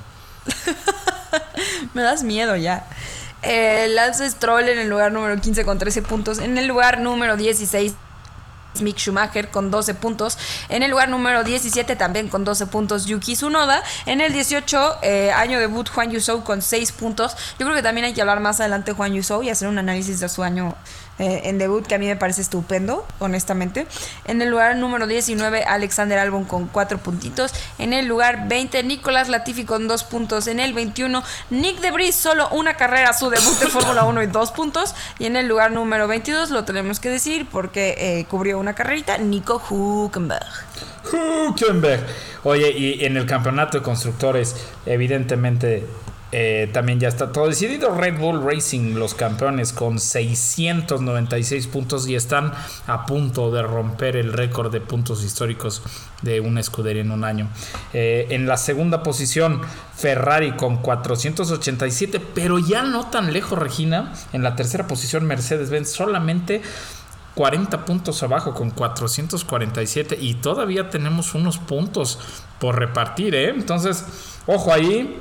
Me das miedo ya. Eh, Lance Stroll en el lugar número quince con trece puntos. En el lugar número dieciséis, Mick Schumacher con doce puntos. En el lugar número diecisiete también con doce puntos, Yuki Tsunoda. En el dieciocho, eh, año debut, Juan Yusou con seis puntos. Yo creo que también hay que hablar más adelante de Juan Yusou y hacer un análisis de su año eh, en debut, que a mí me parece estupendo, honestamente. En el lugar número diecinueve, Alexander Albon con cuatro puntitos. En el lugar veinte, Nicolás Latifi con dos puntos. En el veintiuno, Nick de Vries, solo una carrera, su debut de Fórmula uno y dos puntos. Y en el lugar número veintidós, lo tenemos que decir porque eh, cubrió una carrerita, Nico Hülkenberg. Hülkenberg. Oye, y en el campeonato de constructores, evidentemente, eh, también ya está todo decidido. Red Bull Racing, los campeones, con seiscientos noventa y seis puntos y están a punto de romper el récord de puntos históricos de una escudería en un año. Eh, en la segunda posición, Ferrari con cuatrocientos ochenta y siete, pero ya no tan lejos, Regina. En la tercera posición, Mercedes-Benz, solamente cuarenta puntos abajo con cuatrocientos cuarenta y siete, y todavía tenemos unos puntos por repartir, ¿eh? Entonces, ojo ahí.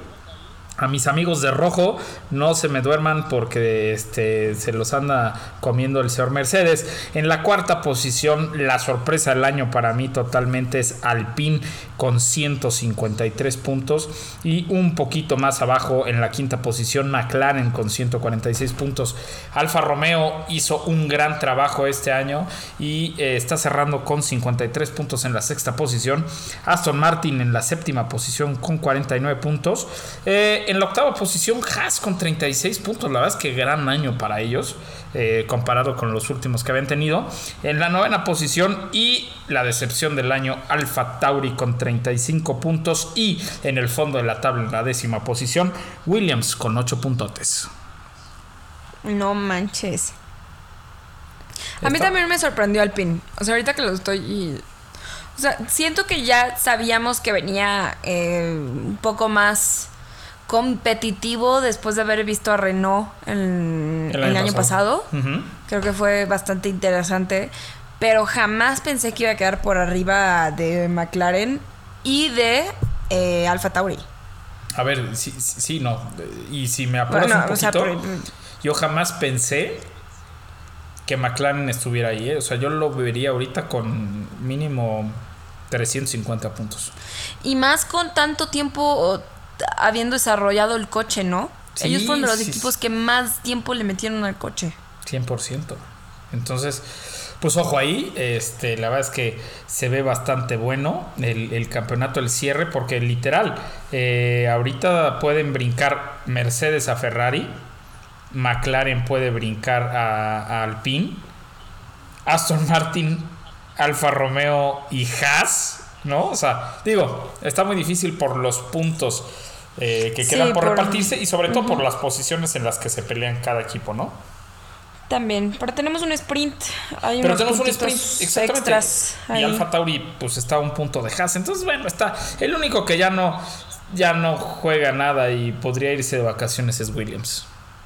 A mis amigos de rojo, no se me duerman porque este, se los anda comiendo el señor Mercedes. En la cuarta posición, la sorpresa del año para mí totalmente es Alpine con ciento cincuenta y tres puntos. Y un poquito más abajo, en la quinta posición, McLaren con ciento cuarenta y seis puntos. Alfa Romeo hizo un gran trabajo este año y eh, está cerrando con cincuenta y tres puntos en la sexta posición. Aston Martin en la séptima posición con cuarenta y nueve puntos. Eh, En la octava posición, Haas con treinta y seis puntos. La verdad es que gran año para ellos, eh, comparado con los últimos que habían tenido. En la novena posición, y la decepción del año, Alfa Tauri con treinta y cinco puntos. Y en el fondo de la tabla, en la décima posición, Williams con ocho puntotes. No manches. A mí Está- también me sorprendió Alpine. O sea, ahorita que lo estoy... y- O sea, siento que ya sabíamos que venía eh, un poco más competitivo después de haber visto a Renault en, el, año, año pasado. pasado. Uh-huh. Creo que fue bastante interesante. Pero jamás pensé que iba a quedar por arriba de McLaren y de eh, Alfa Tauri. A ver, sí, sí, sí, no. Y si me apuras Bueno, un o sea, poquito, por- yo jamás pensé que McLaren estuviera ahí, ¿eh? O sea, yo lo vería ahorita con mínimo trescientos cincuenta puntos. Y más con tanto tiempo habiendo desarrollado el coche, ¿no? Sí, Ellos fueron de los sí, equipos sí. que más tiempo le metieron al coche. cien por ciento. Entonces, pues ojo ahí, este, la verdad es que se ve bastante bueno el, el campeonato, el cierre, porque literal, eh, ahorita pueden brincar Mercedes a Ferrari, McLaren puede brincar a, a Alpine, Aston Martin, Alfa Romeo y Haas, ¿no? O sea, digo, está muy difícil por los puntos eh, que Sí, quedan por, por- repartirse, y sobre todo Ujú. por las posiciones en las que se pelean cada equipo, ¿no? También, pero tenemos un sprint. Hay Pero unos tenemos un puntitos sprint, exactamente. extras Y ahí. Alfa Tauri pues está a un punto de Haas. Entonces, bueno, está. El único que ya no, ya no juega nada y podría irse de vacaciones es Williams.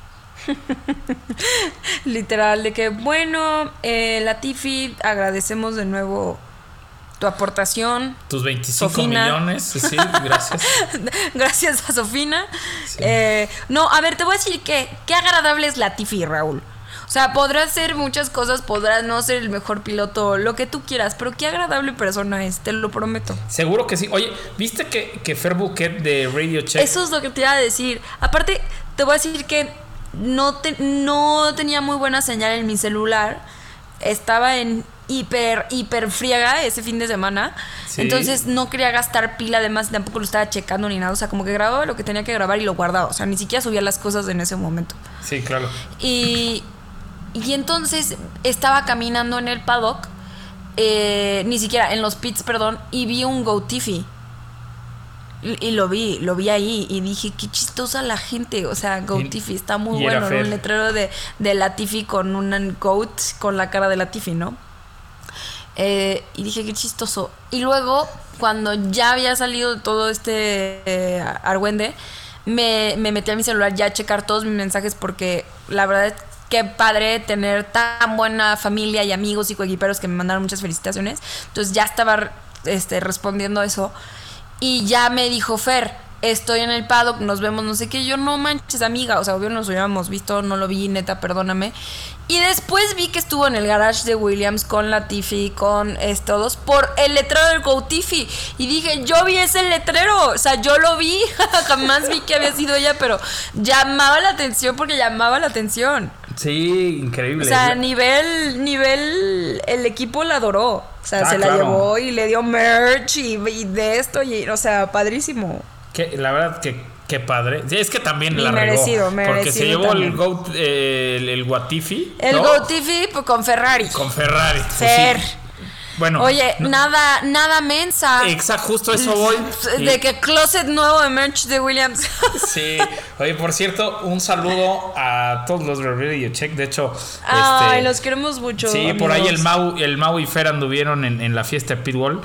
Literal, de que, bueno, eh, Latifi, agradecemos de nuevo tu aportación. Tus veinticinco Sofina. millones. Sí, gracias. Gracias a Sofina. Sí. Eh, no, a ver, te voy a decir que qué agradable es Latifi, Raúl. O sea, podrá hacer muchas cosas, podrá no ser el mejor piloto, lo que tú quieras, pero qué agradable persona es, te lo prometo. Seguro que sí. Oye, ¿viste que, que Fer Bouquet de Radio Check? Eso es lo que te iba a decir. Aparte, te voy a decir que no, te- no tenía muy buena señal en mi celular. Estaba en hiper, hiper friega ese fin de semana. Sí. Entonces no quería gastar pila, además tampoco lo estaba checando ni nada. O sea, como que grababa lo que tenía que grabar y lo guardaba. O sea, ni siquiera subía las cosas en ese momento. Sí, claro. Y, y entonces estaba caminando en el paddock, eh, ni siquiera en los pits, perdón, y vi un Go Tiffy. Y, y lo vi, lo vi ahí y dije, qué chistosa la gente. O sea, Go Y- Tiffy está muy y era bueno, ¿no? Fer. Un letrero de, de Latifi con un goat con la cara de Latifi, ¿no? Eh, y dije, qué chistoso. Y luego, cuando ya había salido todo este eh, argüende, me, me metí a mi celular ya a checar todos mis mensajes porque la verdad es qué padre tener tan buena familia y amigos y coequiperos que me mandaron muchas felicitaciones. Entonces ya estaba este, respondiendo eso. Y ya me dijo, Fer, estoy en el paddock, nos vemos, no sé qué. Yo, no manches, amiga. O sea, obvio nos hubiéramos visto, no lo vi, neta, perdóname. Y después vi que estuvo en el garage de Williams con Latifi, con eh, todos, por el letrero del Go Tiffy. Y dije, yo vi ese letrero. O sea, yo lo vi. Jamás vi que había sido ella, pero llamaba la atención porque llamaba la atención. Sí, increíble. O sea, nivel, nivel, el equipo la adoró. O sea, Ah, se la claro. llevó y le dio merch y, y de esto, y, o sea, padrísimo. Que, la verdad que qué padre. Sí, es que también Y la merecido, regó. Porque se merecido llevó también. el Goat, eh, el, el Guatifi. El ¿no? Go Tiffy pues, con Ferrari. Con Ferrari. pues Fer. sí. Bueno. Oye, no- nada, nada mensa. Exacto, justo a eso voy. De que closet nuevo de merch de Williams. Sí. Oye, por cierto, un saludo a todos los de Radio Check. De hecho, Ay, este, los queremos mucho. sí, amigos. por ahí el Mau, el Mau y Fer anduvieron en, en la fiesta de Pitbull.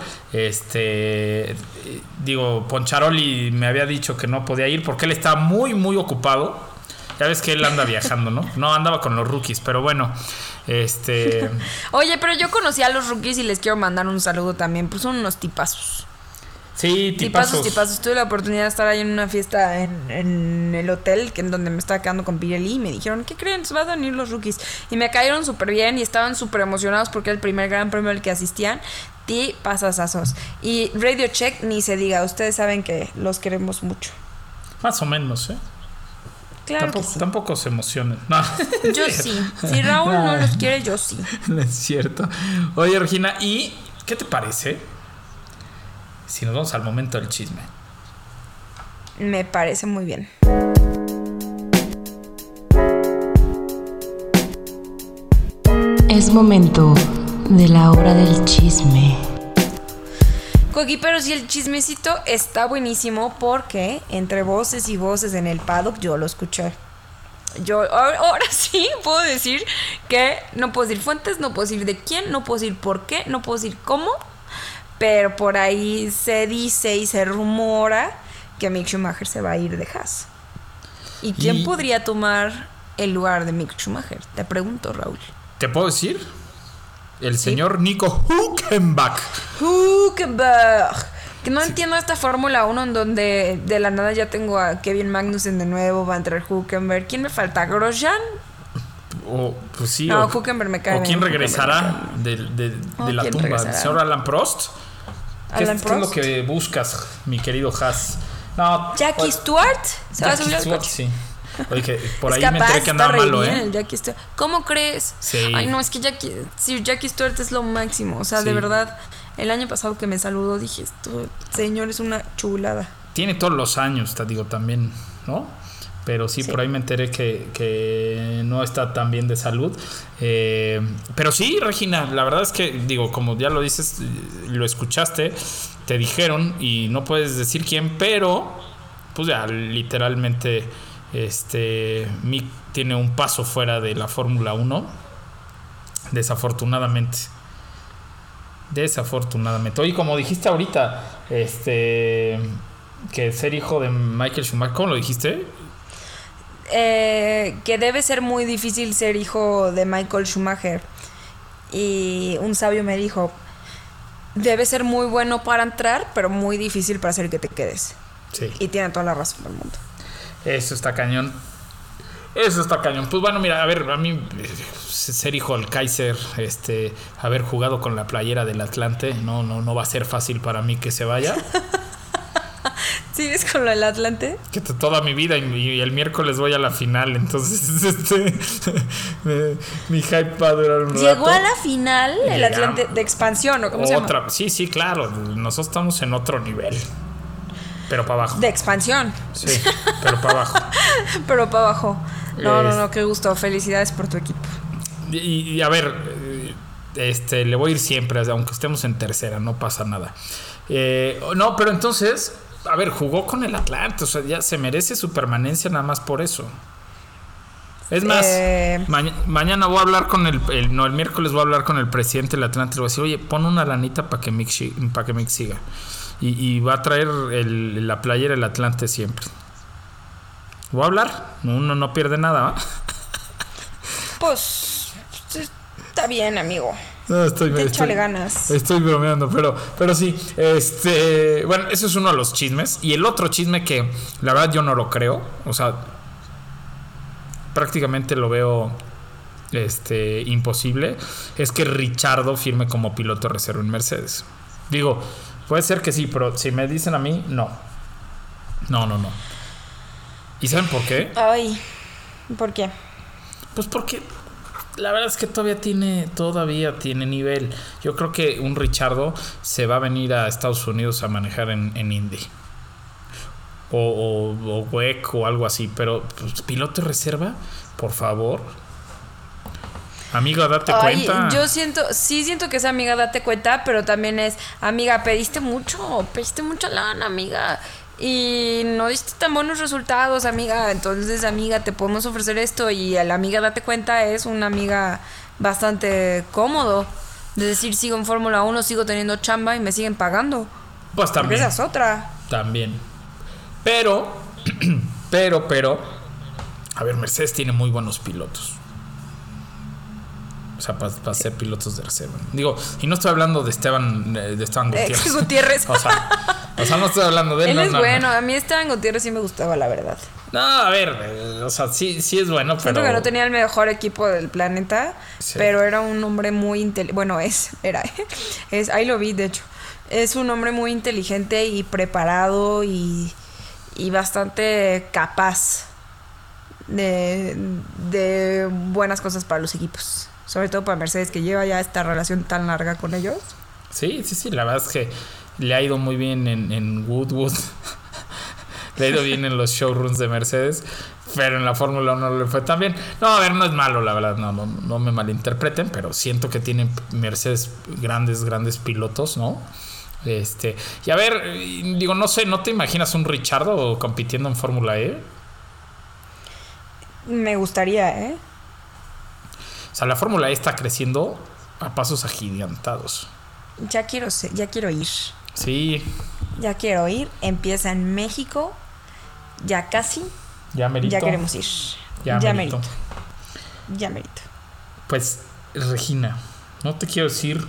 Este, digo, Poncharoli me había dicho que no podía ir porque él está muy, muy ocupado. Ya ves que él anda viajando, ¿no? No, andaba con los rookies, pero bueno, este... Oye, pero yo conocí a los rookies y les quiero mandar un saludo también. Pues son unos tipazos. Sí, Tipazos, tipazos. tipazos. Tuve la oportunidad de estar ahí en una fiesta en, en el hotel que en donde me estaba quedando con Pirelli y me dijeron, ¿qué creen? Se van a venir los rookies. Y me cayeron súper bien y estaban súper emocionados porque era el primer gran premio al que asistían. Tipazazazos. Y Radio Check, ni se diga, ustedes saben que los queremos mucho. Más o menos, ¿eh? Claro tampoco, que sí. tampoco se emocionen. No. Yo sí. Si Raúl no los quiere, yo sí. No es cierto. Oye, Regina, ¿y qué te parece si nos vamos al momento del chisme? Me parece muy bien. Es momento de la hora del chisme. Coequiperos, y el chismecito está buenísimo porque entre voces y voces en el paddock yo lo escuché. Yo ahora, ahora sí puedo decir que no puedo decir fuentes, no puedo decir de quién, no puedo decir por qué, no puedo decir cómo, pero por ahí se dice y se rumora que Mick Schumacher se va a ir de Haas. ¿Y quién Y- podría tomar el lugar de Mick Schumacher? Te pregunto, Raúl. ¿Te puedo decir? El señor Nico Hülkenberg. Hülkenberg. Que no entiendo esta Fórmula uno en donde de la nada ya tengo a Kevin Magnussen de nuevo, va a entrar Hülkenberg. ¿Quién me falta? ¿Grosjean? O, pues sí, No, o, Hülkenberg me cae o quién bien, regresará de, de, de Oh, la ¿quién tumba. regresará? ¿El señor Alan Prost? ¿Qué, ¿Alan es, qué es lo Prost? que buscas, mi querido Haas? No, ¿Jackie pues, Stewart? ¿Se va a Jackie subir al Stewart, coche? sí. Oye, que por Es ahí me capaz, enteré que está andaba re malo, bien ¿eh? el Jackie Stewart. ¿Cómo crees? Sí. Ay, no, es que Jackie, sí, Jackie Stewart es lo máximo. O sea, Sí. de verdad, el año pasado que me saludó dije, esto, señor, es una chulada. Tiene todos los años, te digo, también, ¿no? Pero sí, Sí. por ahí me enteré que, que no está tan bien de salud. Eh, pero sí, Regina, la verdad es que, digo, como ya lo dices, lo escuchaste, te dijeron y no puedes decir quién, pero pues ya literalmente este Mick tiene un paso fuera de la Fórmula uno, desafortunadamente. Desafortunadamente. Oye, como dijiste ahorita, este que ser hijo de Michael Schumacher, ¿cómo lo dijiste? Eh, que debe ser muy difícil ser hijo de Michael Schumacher. Y un sabio me dijo, debe ser muy bueno para entrar, pero muy difícil para hacer que te quedes. Sí. Y tiene toda la razón del mundo. Eso está cañón. Eso está cañón. Pues bueno, mira, a ver, a mí eh, ser hijo del Kaiser, este, haber jugado con la playera del Atlante, no, no, no va a ser fácil para mí que se vaya. ¿Sigues con lo del Atlante? Que t- toda mi vida y, y el miércoles voy a la final, entonces este me- mi hype va a durar un rato. Llegó a la final el Llegamos. Atlante de expansión, ¿o cómo se llama? Otra, sí, sí, claro, nosotros estamos en otro nivel. Pero para abajo. De expansión. Sí, pero para abajo. Pero para abajo. No, no, Es- no, qué gusto. Felicidades por tu equipo. Y, y a ver, eh, este, le voy a ir siempre, aunque estemos en tercera, no pasa nada. Eh, no, pero entonces, a ver, jugó con el Atlante, o sea, ya se merece su permanencia nada más por eso. Es más, Eh. ma- mañana voy a hablar con el, el- no, el miércoles voy a hablar con el presidente del Atlante, le voy a decir, oye, pon una lanita para que Mick, shi- pa' que Mick siga. Y, y va a traer el- la playera del Atlante siempre. Voy a hablar, uno no pierde nada, ¿va? Pues está bien, amigo. No, estoy, Te estoy- échale ganas. Estoy bromeando, pero, pero sí, este, bueno, eso es uno de los chismes. Y el otro chisme que la verdad yo no lo creo, o sea, prácticamente lo veo este, imposible, es que Richardo firme como piloto reserva en Mercedes. Digo, puede ser que sí, pero si me dicen a mí, no. No, no, no. ¿Y saben por qué? Ay, ¿por qué? Pues porque la verdad es que todavía tiene, todavía tiene nivel. Yo creo que un Richardo se va a venir a Estados Unidos a manejar en, en Indy. O, o, o W E C o algo así. Pero pues, piloto de reserva, por favor. Amiga, date Ay, cuenta. yo siento, sí siento que es amiga, date cuenta, pero también es, amiga, pediste mucho, pediste mucha lana, amiga. Y no diste tan buenos resultados, amiga. Entonces, amiga, te podemos ofrecer esto. Y a la amiga, date cuenta, es una amiga bastante cómodo. De decir, sigo en Fórmula uno, sigo teniendo chamba y me siguen pagando. Pues Porque también. esa es otra. También. Pero, pero, pero. A ver, Mercedes tiene muy buenos pilotos. O sea, para pa ser pilotos de reserva. Digo, y no estoy hablando de Esteban, de Esteban Gutiérrez. Ex Gutiérrez. O sea, o sea, no estoy hablando de él. Él no, es no, bueno. No. A mí Esteban Gutiérrez sí me gustaba, la verdad. No, a ver, eh, o sea, sí, sí es bueno, Siento pero. que no tenía el mejor equipo del planeta, Sí. pero era un hombre muy inteligente. Bueno, es, era, es, ahí lo vi, de hecho. Es un hombre muy inteligente y preparado y, y bastante capaz de, de buenas cosas para los equipos. Sobre todo para Mercedes, que lleva ya esta relación tan larga con ellos. Sí, sí, sí, la verdad es que le ha ido muy bien en, en Woodwood. Le ha ido bien en los showrooms de Mercedes, pero en la Fórmula uno no le fue tan bien. No, a ver, no es malo, la verdad, no, no, no me malinterpreten, pero siento que tienen Mercedes grandes, grandes pilotos, ¿no? Este, y a ver, digo, no sé, ¿no te imaginas un Richardo compitiendo en Fórmula E? Me gustaría, ¿eh? O sea, la Fórmula E está creciendo a pasos agigantados. Ya quiero, ser, ya quiero ir. Sí, Ya quiero ir. Empieza en México. Ya casi. ya merito. Ya queremos ir. Ya, Ya merito. merito. Ya merito. Pues, Regina, no te quiero decir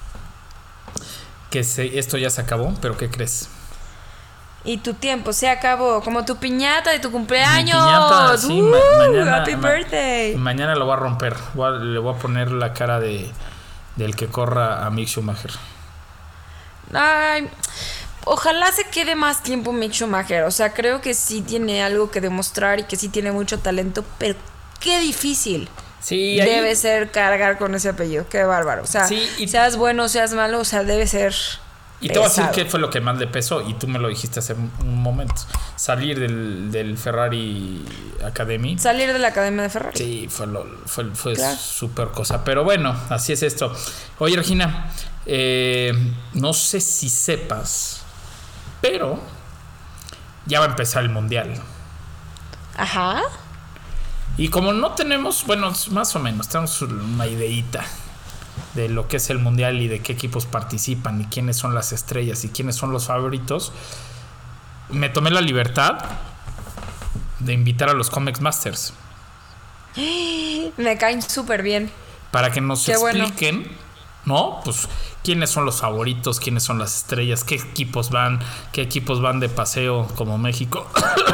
que se, esto ya se acabó, pero ¿qué crees? Y tu tiempo se acabó, como tu piñata de tu cumpleaños. Mi piñata, sí, ¡Uh! ma- mañana, Happy ma- birthday. Mañana lo voy a romper. Voy a- le voy a poner la cara de del que corra a Mick Schumacher. Ay, ojalá se quede más tiempo Mick Schumacher. O sea, creo que sí tiene algo que demostrar y que sí tiene mucho talento, pero qué difícil. Sí, ahí- Debe ser cargar con ese apellido, qué bárbaro. O sea, Sí, y- seas bueno, seas malo, o sea, debe ser. Y te voy a decir pesado. qué fue lo que más le pesó, y tú me lo dijiste hace un momento. Salir del, del Ferrari Academy. Salir de la academia de Ferrari. Sí, fue, lo, fue, fue Claro. súper cosa. Pero bueno, así es esto. Oye, Regina, eh, no sé si sepas, pero ya va a empezar el Mundial. Ajá. Y como no tenemos, bueno, más o menos, tenemos una ideita de lo que es el Mundial y de qué equipos participan y quiénes son las estrellas y quiénes son los favoritos, me tomé la libertad de invitar a los Comex Masters Me caen súper bien. para que nos Qué bueno. expliquen, ¿no? Pues quiénes son los favoritos, quiénes son las estrellas, qué equipos van, qué equipos van de paseo como México.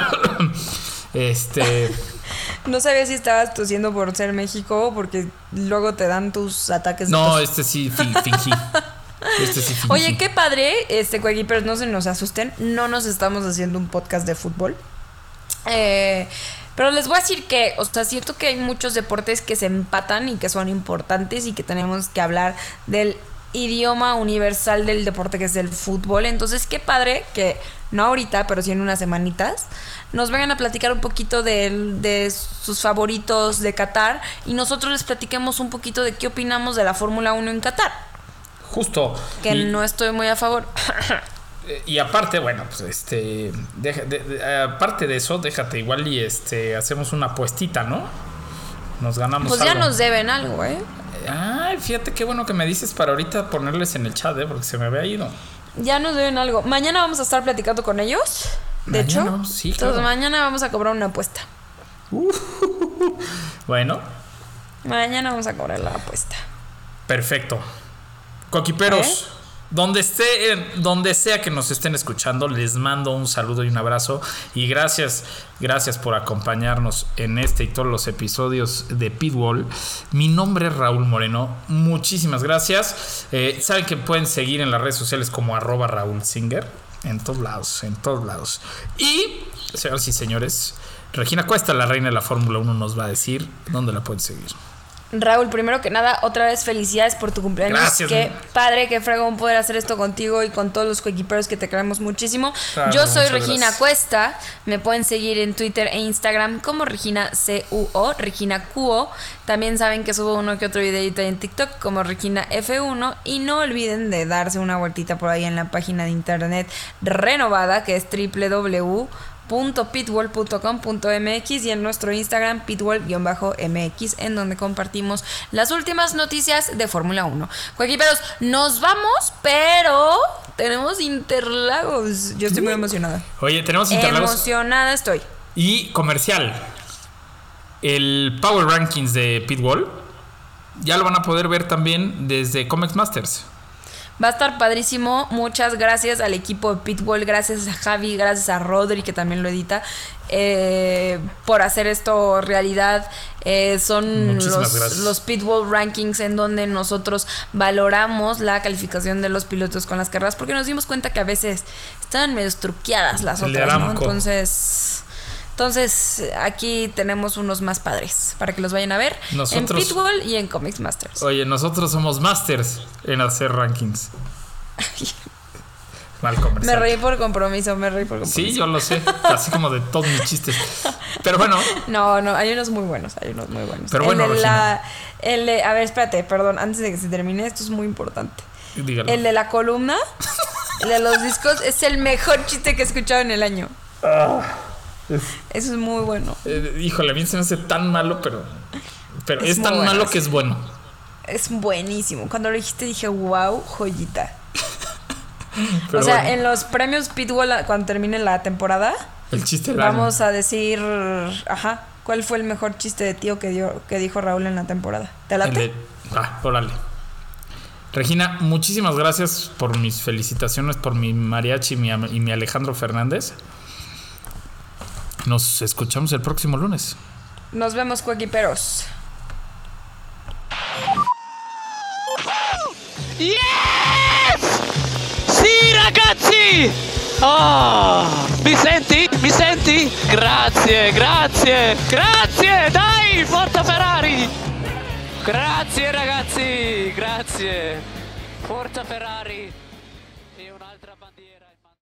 Este, No sabía si estabas tosiendo por ser México, porque luego te dan tus ataques de no, tos. este sí fi- fingí. Este sí, Oye, sí. qué padre, este, Cuegui, pero no se nos asusten. No nos estamos haciendo un podcast de fútbol. Eh, pero les voy a decir que, o sea, siento que hay muchos deportes que se empatan y que son importantes y que tenemos que hablar del idioma universal del deporte que es el fútbol. Entonces, qué padre que, no ahorita, pero sí en unas semanitas, nos vengan a platicar un poquito de, de sus favoritos de Qatar y nosotros les platiquemos un poquito de qué opinamos de la Fórmula uno en Qatar. Justo. Que y, no estoy muy a favor. y aparte, bueno, pues este. Deja, de, de, aparte de eso, déjate igual y este hacemos una apuestita, ¿no? Nos ganamos Pues algo. ya nos deben algo, ¿eh? Ay, fíjate qué bueno que me dices para ahorita ponerles en el chat, ¿eh? Porque se me había ido. Ya nos deben algo. Mañana vamos a estar platicando con ellos. De Mañana, hecho, sí, entonces claro. mañana vamos a cobrar una apuesta. Uh, bueno, Mañana vamos a cobrar la apuesta. perfecto. Coquiperos, ¿Eh? donde esté, donde sea que nos estén escuchando, les mando un saludo y un abrazo. Y gracias, gracias por acompañarnos en este y todos los episodios de Pitbull. Mi nombre es Raúl Moreno. Muchísimas gracias. Eh, Saben que pueden seguir en las redes sociales como arroba Raúl Singer. En todos lados, en todos lados. Y, señoras y señores, Regina Cuesta, la reina de la Fórmula uno, nos va a decir dónde la pueden seguir. Raúl, primero que nada, otra vez felicidades por tu cumpleaños. Gracias. Qué padre, qué fregón poder hacer esto contigo y con todos los coequiperos que te queremos muchísimo. Claro, Yo soy muchas Regina gracias. Cuesta. Me pueden seguir en Twitter e Instagram como Regina C U O, Regina Q O. También saben que subo uno que otro videito en TikTok como Regina F uno. Y no olviden de darse una vueltita por ahí en la página de internet renovada, que es doble u doble u doble u punto pitbull punto com punto m x, y en nuestro Instagram pitbull-m x, en donde compartimos las últimas noticias de Fórmula uno. Coequiperos, nos vamos, pero tenemos Interlagos. Yo estoy muy emocionada. Oye, tenemos Interlagos Emocionada estoy. y comercial. El Power Rankings de Pitbull ya lo van a poder ver también desde Comex Masters. Va a estar padrísimo. Muchas gracias al equipo de Pitbull, gracias a Javi, gracias a Rodri, que también lo edita, eh, por hacer esto realidad. Eh, son Muchísimas los, gracias. los Pitbull Rankings, en donde nosotros valoramos la calificación de los pilotos con las carreras, porque nos dimos cuenta que a veces estaban medio truqueadas las El de otras, ¿no? Aramco. Entonces... Entonces, aquí tenemos unos más padres para que los vayan a ver Nosotros- en Pitbull y en Comics Masters. Oye, nosotros somos masters en hacer rankings. Mal Me comercial. reí por compromiso, me reí por compromiso. Sí, yo lo sé. Así como de todos mis chistes. Pero bueno, No, no, hay unos muy buenos, hay unos muy buenos. Pero el bueno, de Regina. la, el de, a ver, espérate, perdón, antes de que se termine, esto es muy importante. dígalo. El de la columna, el de los discos, es el mejor chiste que he escuchado en el año. Eso es muy bueno. Eh, híjole, a mí se me hace tan malo, pero, pero Es es, muy tan bueno, malo sí. que es bueno. Es buenísimo. Cuando lo dijiste dije, wow, joyita. Pero o sea, bueno, en los premios Pitbull, cuando termine la temporada, el chiste del vamos año. a decir, ajá, ¿cuál fue el mejor chiste de tío que dio que dijo Raúl en la temporada? ¿Te El late? de- Ah, órale. Regina, muchísimas gracias por mis felicitaciones por mi mariachi y mi, am- y mi Alejandro Fernández. Nos escuchamos el próximo lunes. Nos vemos, cuequiperos. Sì, ragazzi! Oh, mi senti? Mi senti? Grazie, grazie, grazie! Dai, forza Ferrari! Grazie ragazzi, grazie! Forza Ferrari!